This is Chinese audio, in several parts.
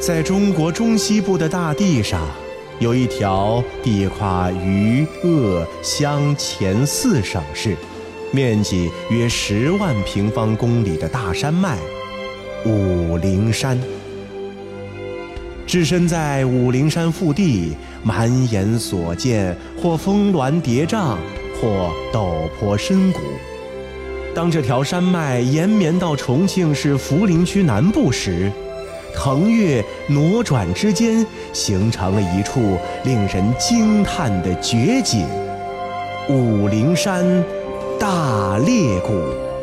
在中国中西部的大地上，有一条地跨豫鄂湘黔4省市，面积约10万平方公里的大山脉武陵山。置身在武陵山腹地，满眼所见或峰峦叠嶂，或陡坡深谷。当这条山脉延绵到重庆市涪陵区南部时，腾跃挪转之间，形成了一处令人惊叹的绝景——武陵山大裂谷。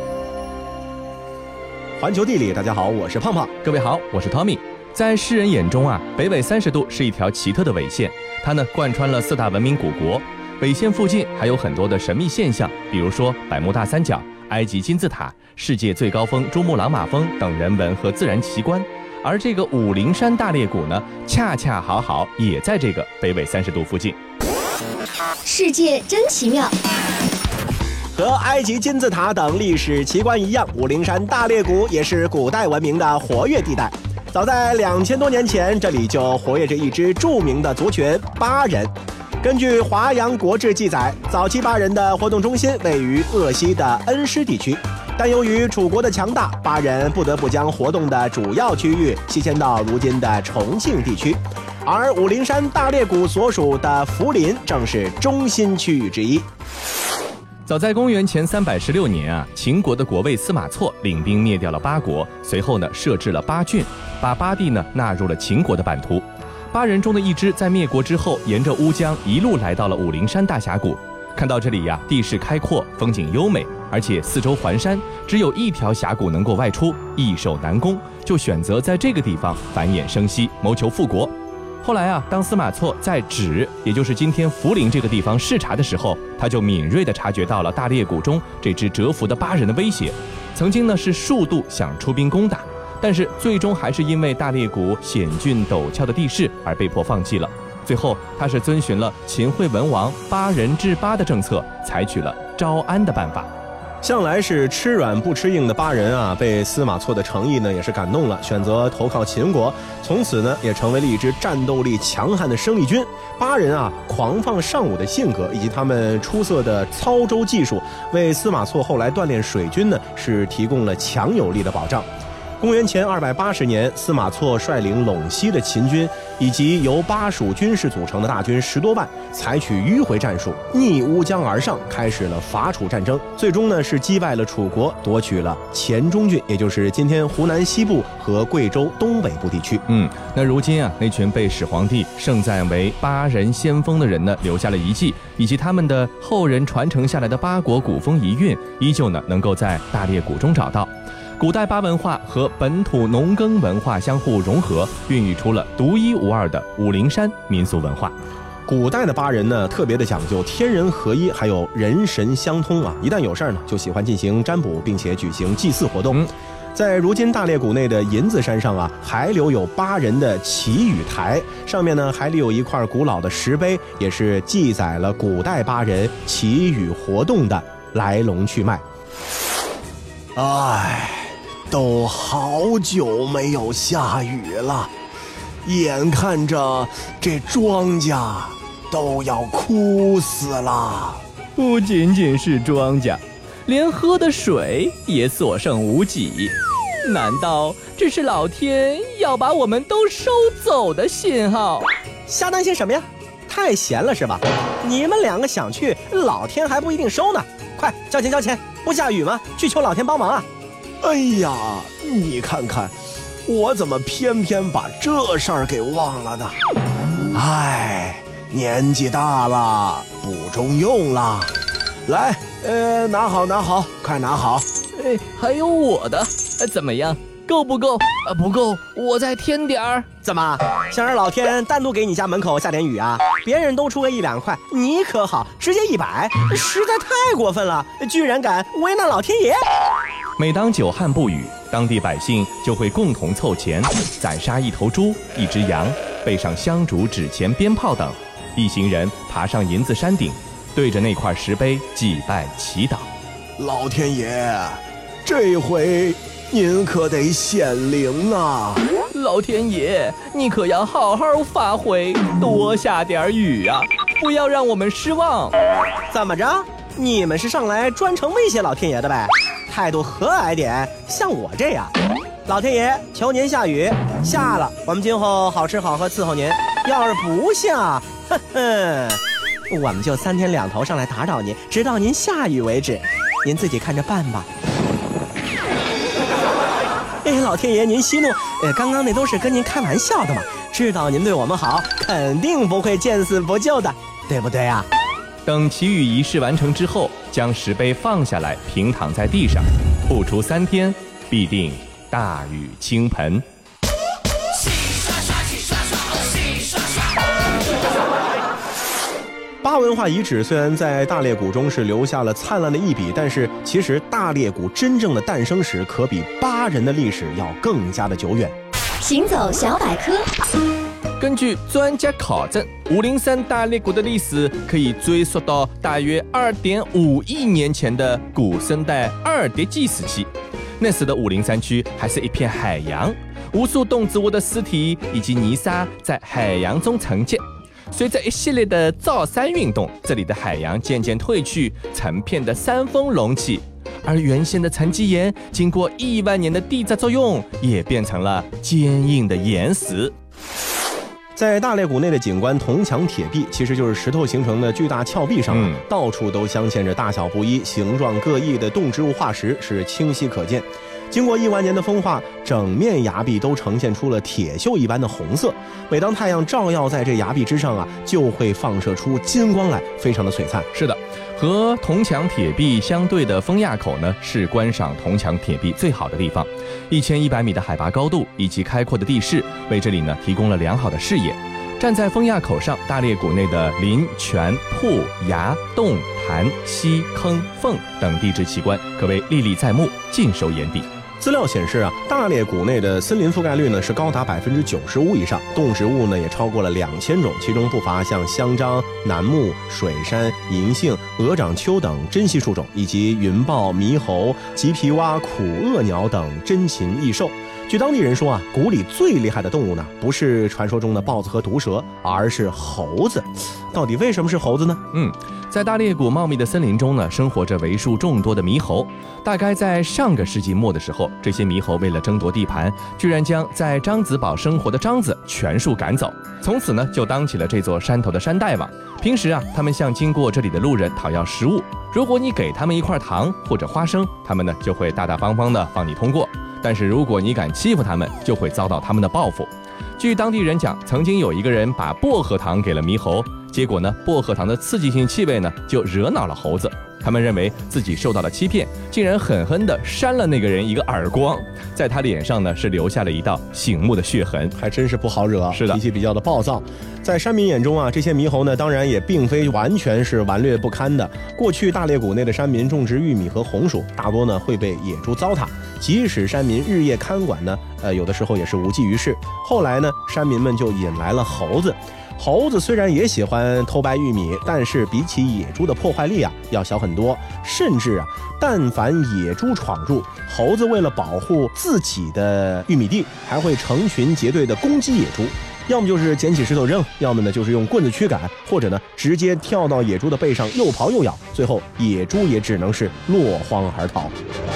环球地理，大家好，我是胖胖。 各位好，我是 Tommy。在世人眼中北纬30度是一条奇特的纬线，它呢贯穿了4大文明古国。纬线附近还有很多的神秘现象，比如说百慕大三角、埃及金字塔、世界最高峰珠穆朗玛峰等人文和自然奇观。而这个武陵山大裂谷呢，恰恰好也在这个北纬30度附近。 世界真奇妙。 和埃及金字塔等历史奇观一样，武陵山大裂谷也是古代文明的活跃地带。早在2000多年前，这里就活跃着一支著名的族群——巴人。根据《华阳国志》记载，早期巴人的活动中心位于鄂西的恩施地区，但由于楚国的强大，巴人不得不将活动的主要区域西迁到如今的重庆地区，而武陵山大裂谷所属的涪陵正是中心区域之一。 早在公元前316年秦国的国尉司马错领兵灭掉了巴国，随后呢设置了巴郡，把巴地呢纳入了秦国的版图。巴人中的一支在灭国之后，沿着乌江一路来到了武陵山大峡谷。看到这里地势开阔，风景优美，而且四周环山，只有一条峡谷能够外出，易守难攻，就选择在这个地方繁衍生息，谋求复国。后来当司马错在芷，也就是今天涪陵这个地方视察的时候，他就敏锐地察觉到了大裂谷中这支蛰伏的巴人的威胁，曾经呢是数度想出兵攻打，但是最终还是因为大裂谷险峻陡峭的地势而被迫放弃了。最后他是遵循了秦惠文王巴人治巴的政策，采取了招安的办法。 向来是吃软不吃硬的巴人被司马错的诚意呢也是感动了，选择投靠秦国，从此呢也成为了一支战斗力强悍的生力军。巴人狂放尚武的性格以及他们出色的操舟技术，为司马错后来锻炼水军呢是提供了强有力的保障。公元前280年，司马错率领陇西的秦军以及由巴蜀军士组成的大军10多万，采取迂回战术，逆乌江而上，开始了伐楚战争。最终呢是击败了楚国，夺取了黔中郡，也就是今天湖南西部和贵州东北部地区。 那如今那群被始皇帝盛赞为巴人先锋的人呢，留下了遗迹，以及他们的后人传承下来的巴国古风遗韵，依旧呢能够在大裂谷中找到。古代巴文化和本土农耕文化相互融合，孕育出了独一无二的武陵山民俗文化。 古代的巴人呢，特别的讲究天人合一，还有人神相通一旦有事呢，就喜欢进行占卜，并且举行祭祀活动。在如今大裂谷内的银子山上还留有巴人的祈雨台，上面呢还立有一块古老的石碑，也是记载了古代巴人祈雨活动的来龙去脉。都好久没有下雨了，眼看着这庄稼都要枯死了。 不仅仅是庄稼，连喝的水也所剩无几。难道这是老天要把我们都收走的信号？ 瞎担心什么呀？太闲了是吧？你们2个想去，老天还不一定收呢。快交钱交钱，不下雨吗？去求老天帮忙哎呀，你看看，我怎么偏偏把这事儿给忘了呢？年纪大了，不中用了。来，拿好，快拿好。 还有我的，怎么样？够不够？不够，我再添点儿。 怎么想让老天单独给你家门口下点雨别人都出个1、2块，你可好，直接100，实在太过分了，居然敢为难老天爷。 每当久旱不雨，当地百姓就会共同凑钱，宰杀1头猪、1只羊，备上香烛、纸钱、鞭炮等，一行人爬上银子山顶，对着那块石碑祭拜祈祷。 老天爷，这回您可得显灵老天爷，你可要好好发挥，多下点雨啊，不要让我们失望。 怎么着？你们是上来专程威胁老天爷的呗？态度和蔼点，像我这样。老天爷，求您下雨，下了我们今后好吃好喝伺候您；要是不下，哼哼，我们就3天2头上来打扰您，直到您下雨为止，您自己看着办吧。老天爷您息怒，刚刚那都是跟您开玩笑的嘛，知道您对我们好，肯定不会见死不救的，对不对啊？ 等祈雨仪式完成之后，将石碑放下来，平躺在地上，不出3天，必定大雨倾盆。 巴文化遗址虽然在大裂谷中是留下了灿烂的一笔，但是其实大裂谷真正的诞生史可比巴人的历史要更加的久远。 行走小百科。 根据专家考证，503大裂谷的历史可以追溯到大约2.5亿年前的古生代二叠纪时期。那时的503区还是一片海洋，无数动植物的尸体以及泥沙在海洋中沉积。随着一系列的造山运动，这里的海洋渐渐退去，成片的山峰隆起，而原先的沉积岩经过亿万年的地质作用，也变成了坚硬的岩石。 在大裂谷内的景观铜墙铁壁，其实就是石头形成的巨大峭壁上，到处都镶嵌着大小不一、形状各异的动植物化石，是清晰可见。经过亿万年的风化，整面崖壁都呈现出了铁锈一般的红色。每当太阳照耀在这崖壁之上啊，就会放射出金光来，非常的璀璨。 是的，和铜墙铁壁相对的风垭口呢，是观赏铜墙铁壁最好的地方。1100米的海拔高度以及开阔的地势，为这里呢提供了良好的视野。站在风垭口上，大裂谷内的林、泉、瀑、崖、洞、潭、溪、坑、缝等地质奇观可谓历历在目，尽收眼底。 资料显示啊，大裂谷内的森林覆盖率呢是高达95%以上，动植物呢也超过了2000种，其中不乏像香樟、楠木、水杉、银杏、鹅掌楸等珍稀树种，以及云豹、猕猴、棘皮蛙、苦鳄鸟等珍禽异兽。据当地人说啊，谷里最厉害的动物呢，不是传说中的豹子和毒蛇，而是猴子。到底为什么是猴子呢？ 在大裂谷茂密的森林中呢，生活着为数众多的猕猴。大概在上个世纪末的时候，这些猕猴为了争夺地盘，居然将在獐子堡生活的獐子全数赶走，从此呢就当起了这座山头的山大王。平时啊，他们向经过这里的路人讨要食物，如果你给他们一块糖或者花生，他们呢就会大大方方的放你通过。但是如果你敢欺负他们，就会遭到他们的报复。据当地人讲，曾经有一个人把薄荷糖给了猕猴，结果呢，薄荷糖的刺激性气味呢就惹恼了猴子。他们认为自己受到了欺骗，竟然狠狠地扇了那个人一个耳光，在他脸上呢是留下了一道醒目的血痕， 还真是不好惹， 是的， 脾气比较的暴躁。在山民眼中啊，这些猕猴呢，当然也并非完全是顽劣不堪的。过去大裂谷内的山民种植玉米和红薯，大多呢会被野猪糟蹋，即使山民日夜看管呢，有的时候也是无济于事。后来呢，山民们就引来了猴子。猴子虽然也喜欢偷掰玉米，但是比起野猪的破坏力啊要小很多，甚至啊，但凡野猪闯入，猴子为了保护自己的玉米地，还会成群结队的攻击野猪，要么就是捡起石头扔，要么呢就是用棍子驱赶，或者呢直接跳到野猪的背上又刨又咬，最后野猪也只能是落荒而逃。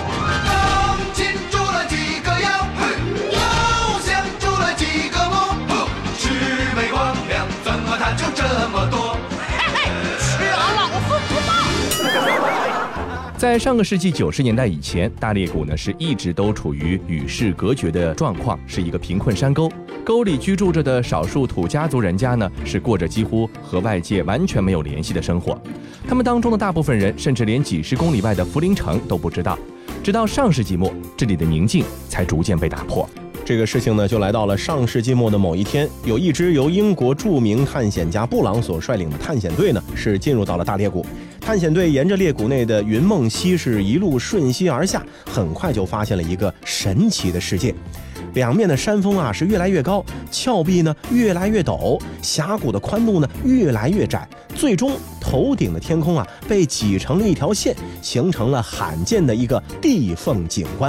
就这么多，吃俺老孙不报！ 在上个世纪90年代以前，大裂谷呢是一直都处于与世隔绝的状况，是一个贫困山沟。沟里居住着的少数土家族人家呢，是过着几乎和外界完全没有联系的生活。他们当中的大部分人，甚至连几10公里外的福林城都不知道。直到上世纪末，这里的宁静才逐渐被打破。 这个事情呢，就来到了上世纪末的某一天，有一支由英国著名探险家布朗所率领的探险队呢，是进入到了大裂谷。探险队沿着裂谷内的云梦溪是一路顺溪而下，很快就发现了一个神奇的世界。两面的山峰啊是越来越高，峭壁呢越来越陡，峡谷的宽度呢越来越窄，最终头顶的天空啊被挤成了一条线，形成了罕见的一个地缝景观。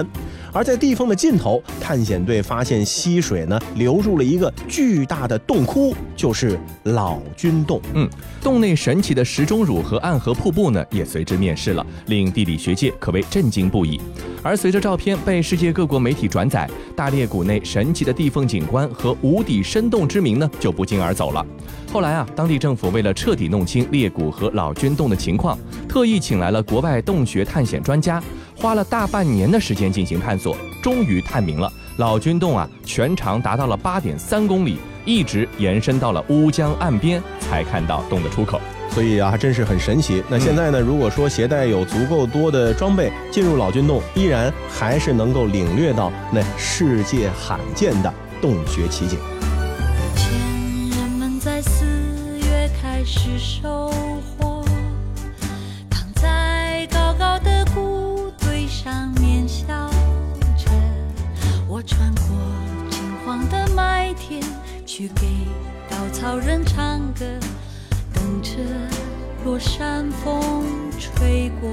而在地缝的尽头，探险队发现溪水呢流入了一个巨大的洞窟，就是老君洞。 洞内神奇的石钟乳和暗河瀑布呢也随之面世了，令地理学界可谓震惊不已。而随着照片被世界各国媒体转载，大裂谷内神奇的地缝景观和无底深洞之名呢就不胫而走了。后来当地政府为了彻底弄清裂谷和老君洞的情况，特意请来了国外洞穴探险专家，花了大半年的时间进行探索，终于探明了老君洞全长达到了8.3公里，一直延伸到了乌江岸边，才看到洞的出口。 所以还真是很神奇。那现在呢，如果说携带有足够多的装备进入老君洞，依然还是能够领略到那世界罕见的洞穴奇景。 前人们在4月开始收获，躺在高高的谷堆上面笑着，我穿过金黄的麦田，去给稻草人唱歌，等着落山风吹过。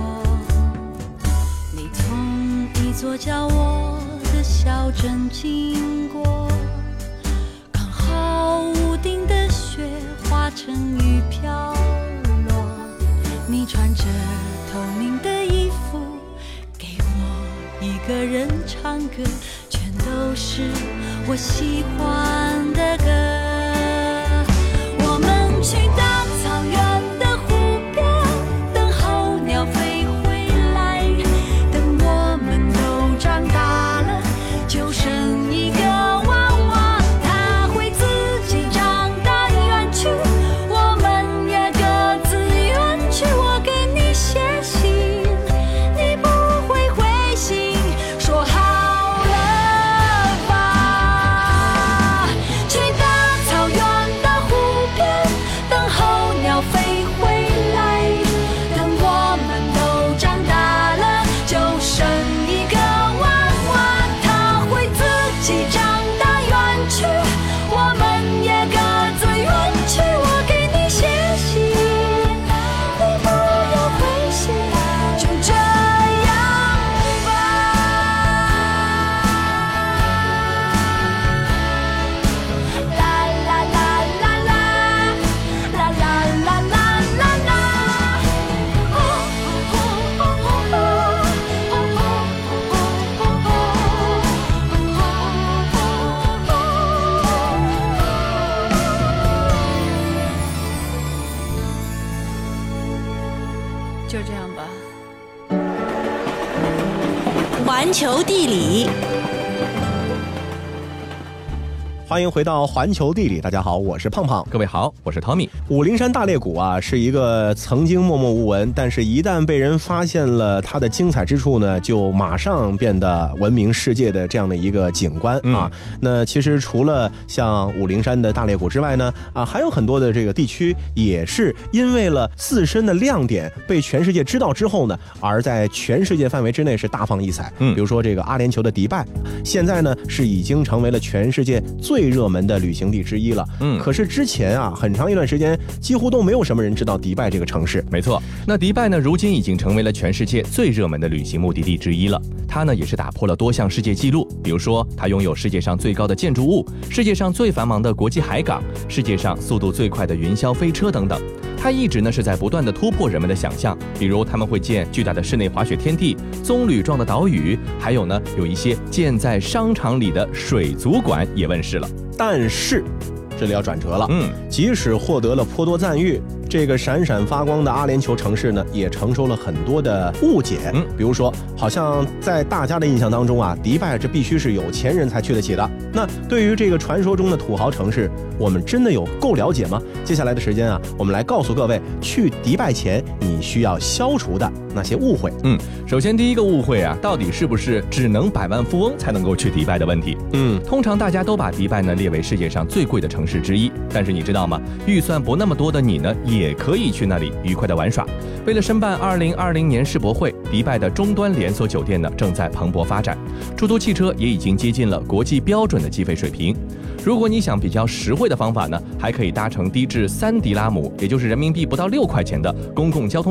你从一座叫我的小镇经过，刚好屋顶的雪化成雨飘落。你穿着透明的衣服，给我一个人唱歌，全都是我喜欢的歌。去大草原的湖边，等候鸟飞回来，等我们都长大了，就剩一个娃娃，它会自己长大远去，我们也各自远去。我给你写信，你不会回信，说好了吧。去大草原的湖边，等候鸟飞回来，等我们都长大了，就剩一个娃娃，它会自己长大远去，我们也各自远去。我给你写信，你不要回信，就这样吧。啦啦啦啦啦。啦啦啦啦啦啦，就这样吧。 环球地理。 欢迎回到环球地理，大家好，我是胖胖。 各位好，我是 Tommy。 武陵山大裂谷是一个曾经默默无闻，但是一旦被人发现了它的精彩之处呢，就马上变得闻名世界的这样的一个景观那其实除了像武陵山的大裂谷之外呢，还有很多的这个地区也是因为了自身的亮点被全世界知道之后呢，而在全世界范围之内是大放异彩。比如说这个阿联酋的迪拜，现在呢是已经成为了全世界最热门的旅行地之一了。可是之前很长一段时间几乎都没有什么人知道迪拜这个城市。 没错，那迪拜呢如今已经成为了全世界最热门的旅行目的地之一了。它呢也是打破了多项世界纪录，比如说它拥有世界上最高的建筑物，世界上最繁忙的国际海港，世界上速度最快的云霄飞车等等。它一直呢是在不断的突破人们的想象，比如他们会建巨大的室内滑雪天地、棕榈状的岛屿，还有呢有一些建在商场里的水族馆也问世了。 但是这里要转折了，即使获得了颇多赞誉，这个闪闪发光的阿联酋城市呢，也承受了很多的误解。比如说，好像在大家的印象当中迪拜这必须是有钱人才去得起的。那对于这个传说中的土豪城市，我们真的有够了解吗？接下来的时间我们来告诉各位，去迪拜前你需要消除的那些误会。 首先第一个误会到底是不是只能百万富翁才能够去迪拜的问题。通常大家都把迪拜呢列为世界上最贵的城市之一，但是你知道吗？预算不那么多的你呢，也可以去那里愉快的玩耍。为了申办2020年世博会，迪拜的终端连锁酒店呢正在蓬勃发展，出租汽车也已经接近了国际标准的计费水平。如果你想比较实惠的方法呢，还可以搭乘低至3迪拉姆，也就是人民币不到6块钱的公共交通工具，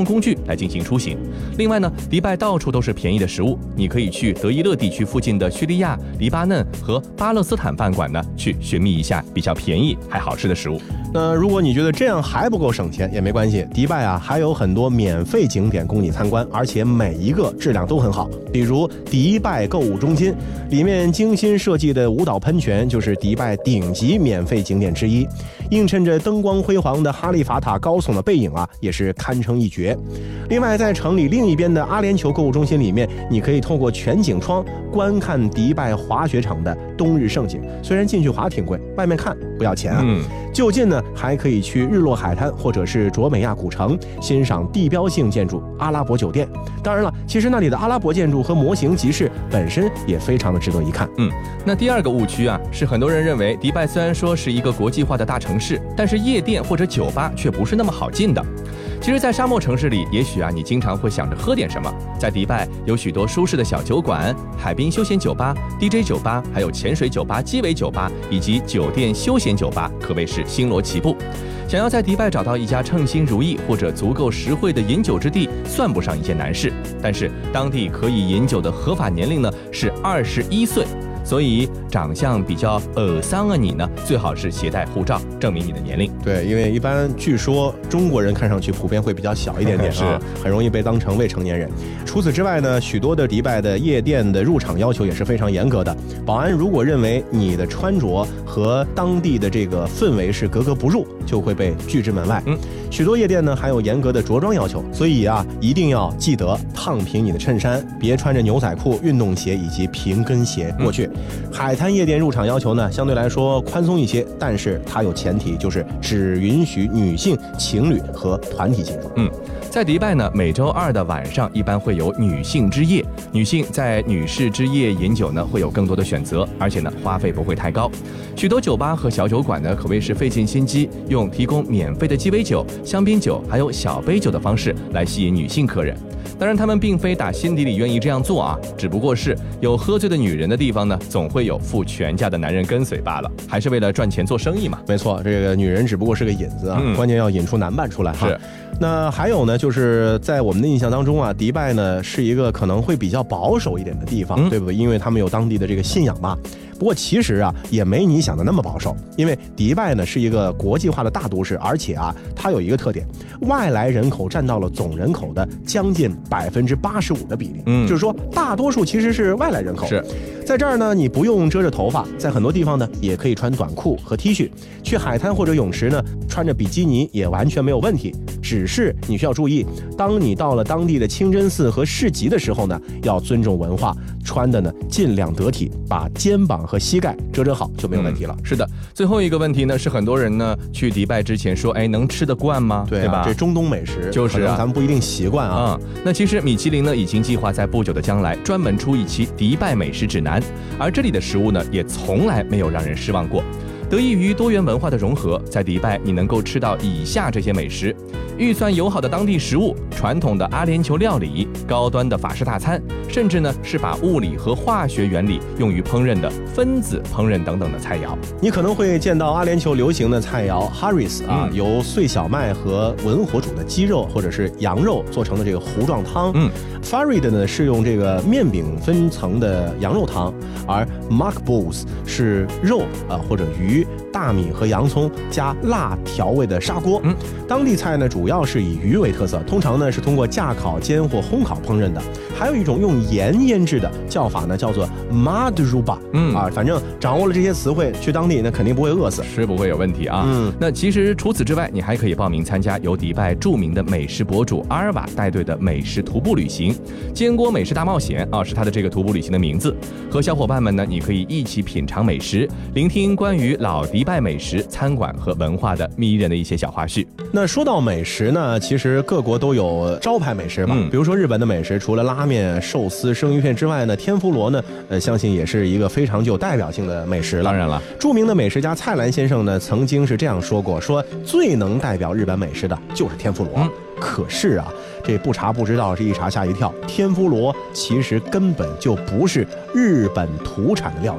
来进行出行。另外呢，迪拜到处都是便宜的食物，你可以去德伊勒地区附近的叙利亚、黎巴嫩和巴勒斯坦饭馆呢去寻觅一下比较便宜还好吃的食物。 那如果你觉得这样还不够省钱也没关系，迪拜啊还有很多免费景点供你参观，而且每一个质量都很好。比如迪拜购物中心里面精心设计的舞蹈喷泉就是迪拜顶级免费景点之一，映衬着灯光辉煌的哈利法塔高耸的背影啊，也是堪称一绝。另外在城里另一边的阿联酋购物中心里面，你可以透过全景窗观看迪拜滑雪场的冬日盛景，虽然进去滑挺贵，外面看不要钱啊。就近呢还可以去日落海滩或者是卓美亚古城欣赏地标性建筑阿拉伯酒店。当然了，其实那里的阿拉伯建筑和模型集市本身也非常的值得一看。 那第二个误区啊，是很多人认为迪拜虽然说是一个国际化的大城市，但是夜店或者酒吧却不是那么好进的。其实在沙漠城市里，也许啊你经常会想着喝点什么，在迪拜有许多舒适的小酒馆、海滨休闲酒吧、DJ 酒吧，还有潜水酒吧、鸡尾酒吧以及酒店休闲酒吧，可谓是星罗棋布。想要在迪拜找到一家称心如意或者足够实惠的饮酒之地，算不上一件难事。但是当地可以饮酒的合法年龄呢是21岁。所以长相比较丧啊，你呢最好是携带护照证明你的年龄。 对，因为一般据说中国人看上去普遍会比较小一点点是很容易被当成未成年人。除此之外呢，许多的迪拜的夜店的入场要求也是非常严格的。保安如果认为你的穿着和当地的这个氛围是格格不入，就会被拒之门外。许多夜店呢还有严格的着装要求，所以啊一定要记得烫平你的衬衫，别穿着牛仔裤、运动鞋以及平跟鞋过去。海滩夜店入场要求呢相对来说宽松一些，但是它有前提，就是只允许女性、情侣和团体进入。 在迪拜呢，每周二的晚上一般会有女性之夜，女性在女士之夜饮酒呢会有更多的选择，而且呢花费不会太高。许多酒吧和小酒馆呢可谓是费尽心机，用提供免费的鸡尾酒、香槟酒还有小杯酒的方式来吸引女性客人。当然他们并非打心底里愿意这样做啊，只不过是有喝醉的女人的地方呢，总会有付全价的男人跟随罢了，还是为了赚钱做生意嘛。 没错，这个女人只不过是个引子啊，关键要引出男伴出来哈。 是。 那还有呢，就是在我们的印象当中啊，迪拜呢是一个可能会比较保守一点的地方，对不对？因为他们有当地的这个信仰嘛。不过其实啊，也没你想的那么保守，因为迪拜呢是一个国际化的大都市，而且啊，它有一个特点，外来人口占到了总人口的将近85%的比例。就是说大多数其实是外来人口。 是。 在这儿呢，你不用遮着头发，在很多地方呢也可以穿短裤和 T 恤，去海滩或者泳池呢穿着比基尼也完全没有问题。只是你需要注意，当你到了当地的清真寺和市集的时候呢，要尊重文化，穿的呢尽量得体，把肩膀和膝盖遮好就没有问题了。 是的，最后一个问题呢是很多人呢去迪拜之前说，能吃得惯吗？ 对吧？ 这中东美食就是咱们不一定习惯啊。 那其实米其林呢已经计划在不久的将来专门出一期迪拜美食指南，而这里的食物呢也从来没有让人失望过。得益于多元文化的融合，在迪拜你能够吃到以下这些美食：预算友好的当地食物，传统的阿联酋料理，高端的法式大餐，甚至呢是把物理和化学原理用于烹饪的分子烹饪等等的菜肴。 你可能会见到阿联酋流行的菜肴 Haris 啊，由碎小麦和文火煮的鸡肉或者是羊肉做成的这个糊状汤。Farid 呢是用这个面饼分层的羊肉汤，而 Makbous 是肉或者鱼、大米和洋葱加辣调味的砂锅。当地菜呢主要是以鱼为特色，通常呢是通过架烤、煎或烘烤烹饪的。还有一种用盐腌制的叫法呢，叫做 Madruba。反正掌握了这些词汇，去当地那肯定不会饿死， 吃不会有问题啊。那其实除此之外，你还可以报名参加由迪拜著名的美食博主阿尔瓦带队的美食徒步旅行，坚果美食大冒险是他的这个徒步旅行的名字。和小伙伴们呢，你可以一起品尝美食，聆听关于老迪拜美食、餐馆和文化的迷人的一些小花絮。 那说到美食呢，其实各国都有招牌美食嘛。比如说日本的美食，除了拉面、寿司、生鱼片之外呢，天妇罗呢，相信也是一个非常具有代表性的美食了。 当然了， 著名的美食家蔡澜先生呢，曾经是这样说过，说最能代表日本美食的就是天妇罗。可是啊，这不查不知道，这一查吓一跳，天妇罗其实根本就不是日本土产的料理，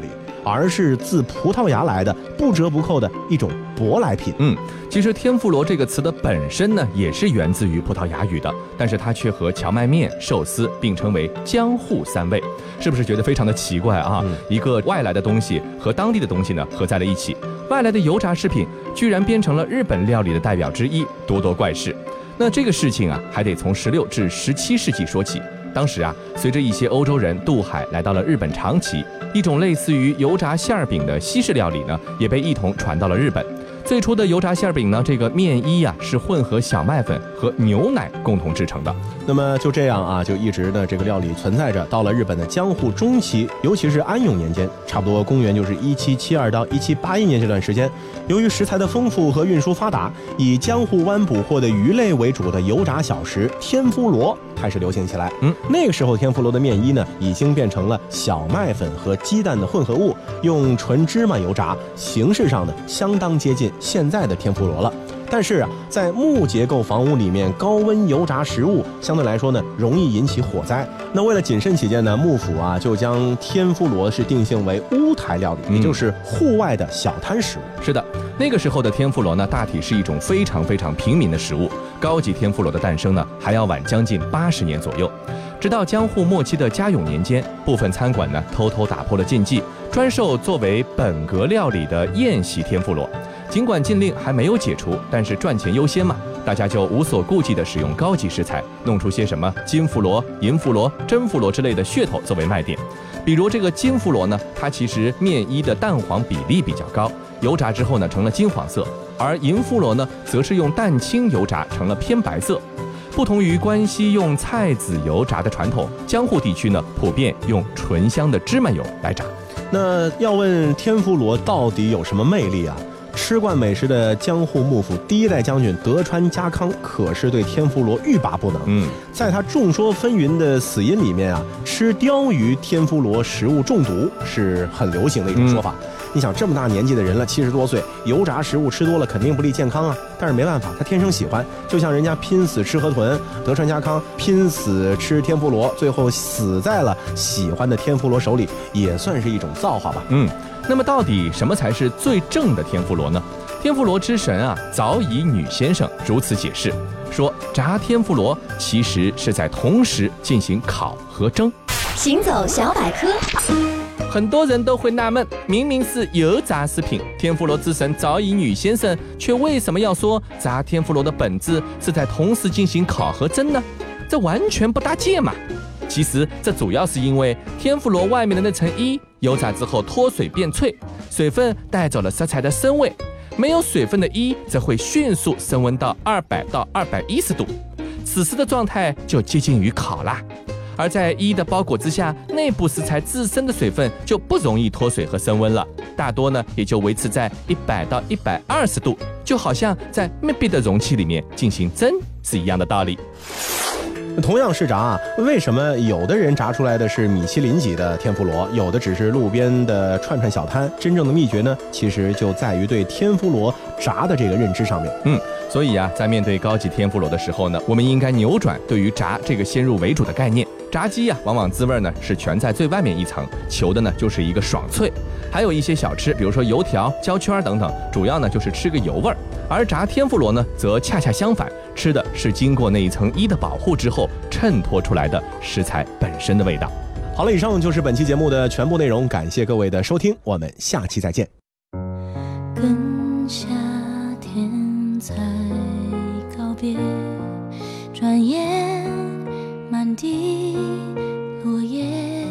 而是自葡萄牙来的不折不扣的一种舶来品。 其实天妇罗这个词的本身呢，也是源自于葡萄牙语的，但是它却和荞麦面、寿司并称为江沪三味，是不是觉得非常的奇怪啊？一个外来的东西和当地的东西呢合在了一起，外来的油炸食品居然变成了日本料理的代表之一，多多怪事。那这个事情啊，还得从16至17世纪说起。当时啊，随着一些欧洲人渡海来到了日本长崎，一种类似于油炸馅饼的西式料理呢，也被一同传到了日本。最初的油炸馅饼呢，这个面衣啊是混合小麦粉和牛奶共同制成的。 那么就这样啊，就一直呢这个料理存在着，到了日本的江户中期，尤其是安永年间，差不多公元就是1772到1781年这段时间，由于食材的丰富和运输发达，以江户湾捕获的鱼类为主的油炸小食天妇罗开始流行起来。那个时候天妇罗的面衣呢，已经变成了小麦粉和鸡蛋的混合物，用纯芝麻油炸，形式上呢相当接近现在的天妇罗了。但是啊，在木结构房屋里面高温油炸食物，相对来说呢，容易引起火灾。那为了谨慎起见呢，幕府啊就将天妇罗是定性为屋台料理，也就是户外的小摊食物。 是的，那个时候的天妇罗呢，大体是一种非常非常平民的食物。高级天妇罗的诞生呢，还要晚将近80年左右。直到江户末期的嘉永年间，部分餐馆呢偷偷打破了禁忌，专售作为本格料理的宴席天妇罗。尽管禁令还没有解除，但是赚钱优先嘛，大家就无所顾忌地使用高级食材，弄出些什么金妇罗、银妇罗、真妇罗之类的噱头作为卖点。比如这个金妇罗呢，它其实面衣的蛋黄比例比较高，油炸之后呢成了金黄色，而银妇罗呢则是用蛋清油炸成了偏白色。不同于关西用菜籽油炸的传统，江户地区呢普遍用醇香的芝麻油来炸。 那要问天妇罗到底有什么魅力啊？吃惯美食的江户幕府第1代将军德川家康可是对天妇罗欲罢不能。在他众说纷纭的死因里面啊，吃鲷鱼天妇罗食物中毒是很流行的一种说法。你想这么大年纪的人了，70多岁，油炸食物吃多了肯定不利健康啊。但是没办法，他天生喜欢，就像人家拼死吃河豚，德川家康拼死吃天妇罗，最后死在了喜欢的天妇罗手里，也算是一种造化吧。 那么到底什么才是最正的天妇罗呢？天妇罗之神啊，早乙女先生如此解释说，炸天妇罗其实是在同时进行烤和蒸。 行走小百科。 很多人都会纳闷，明明是油炸食品，天妇罗之神早乙女先生却为什么要说炸天妇罗的本质是在同时进行烤和蒸呢？这完全不搭界嘛。其实这主要是因为天妇罗外面的那层衣油炸之后脱水变脆，水分带走了食材的生味，没有水分的衣则会迅速升温到200到210度，此时的状态就接近于烤啦。而在衣的包裹之下，内部食材自身的水分就不容易脱水和升温了，大多呢也就维持在100到120度，就好像在密闭的容器里面进行蒸是一样的道理。 同样是炸啊，为什么有的人炸出来的是米其林级的天妇罗，有的只是路边的串小摊？真正的秘诀呢，其实就在于对天妇罗炸的这个认知上面。 所以啊，在面对高级天妇罗的时候呢，我们应该扭转对于炸这个先入为主的概念。炸鸡啊，往往滋味呢是全在最外面一层，求的呢就是一个爽脆。还有一些小吃，比如说油条、焦圈等等，主要呢就是吃个油味儿。而炸天妇罗呢，则恰恰相反，吃的是经过那一层衣的保护之后衬托出来的食材本身的味道。 好了，以上就是本期节目的全部内容，感谢各位的收听，我们下期再见。 跟夏天才告别，转眼满地落叶，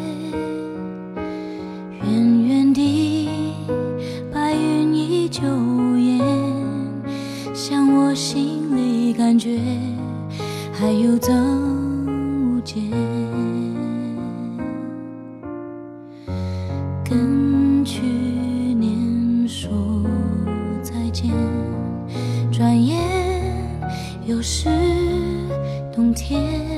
远远地白云依旧烟，像我心里感觉还有增无减，跟去年说再见，转眼又是冬天，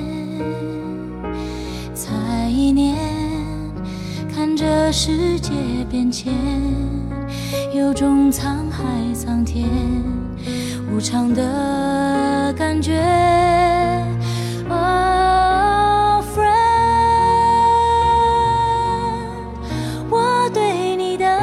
才一年，看着世界变迁，有种沧海桑田无常的感觉。Oh friend， 我对你的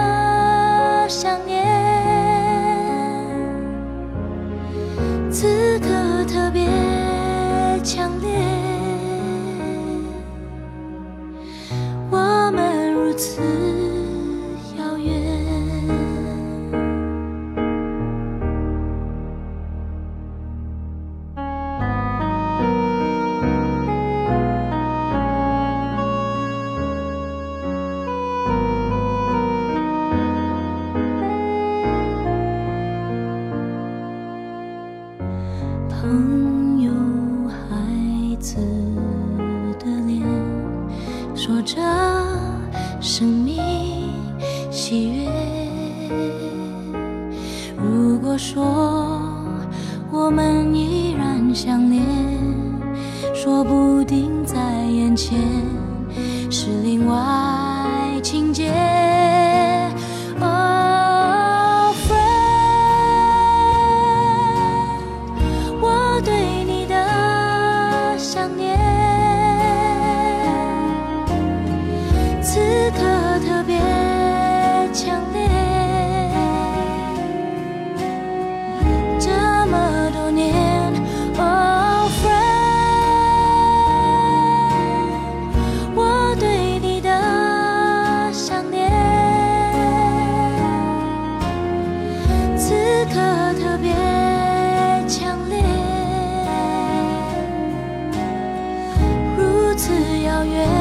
的脸，说着生命喜悦。如果说我们依然相恋，说不定在眼前是另外情节。Oh friend， 我对你的想念，此刻特别强烈。这么多年 ，Oh friend， 我对你的想念，此刻特别强烈，如此遥远。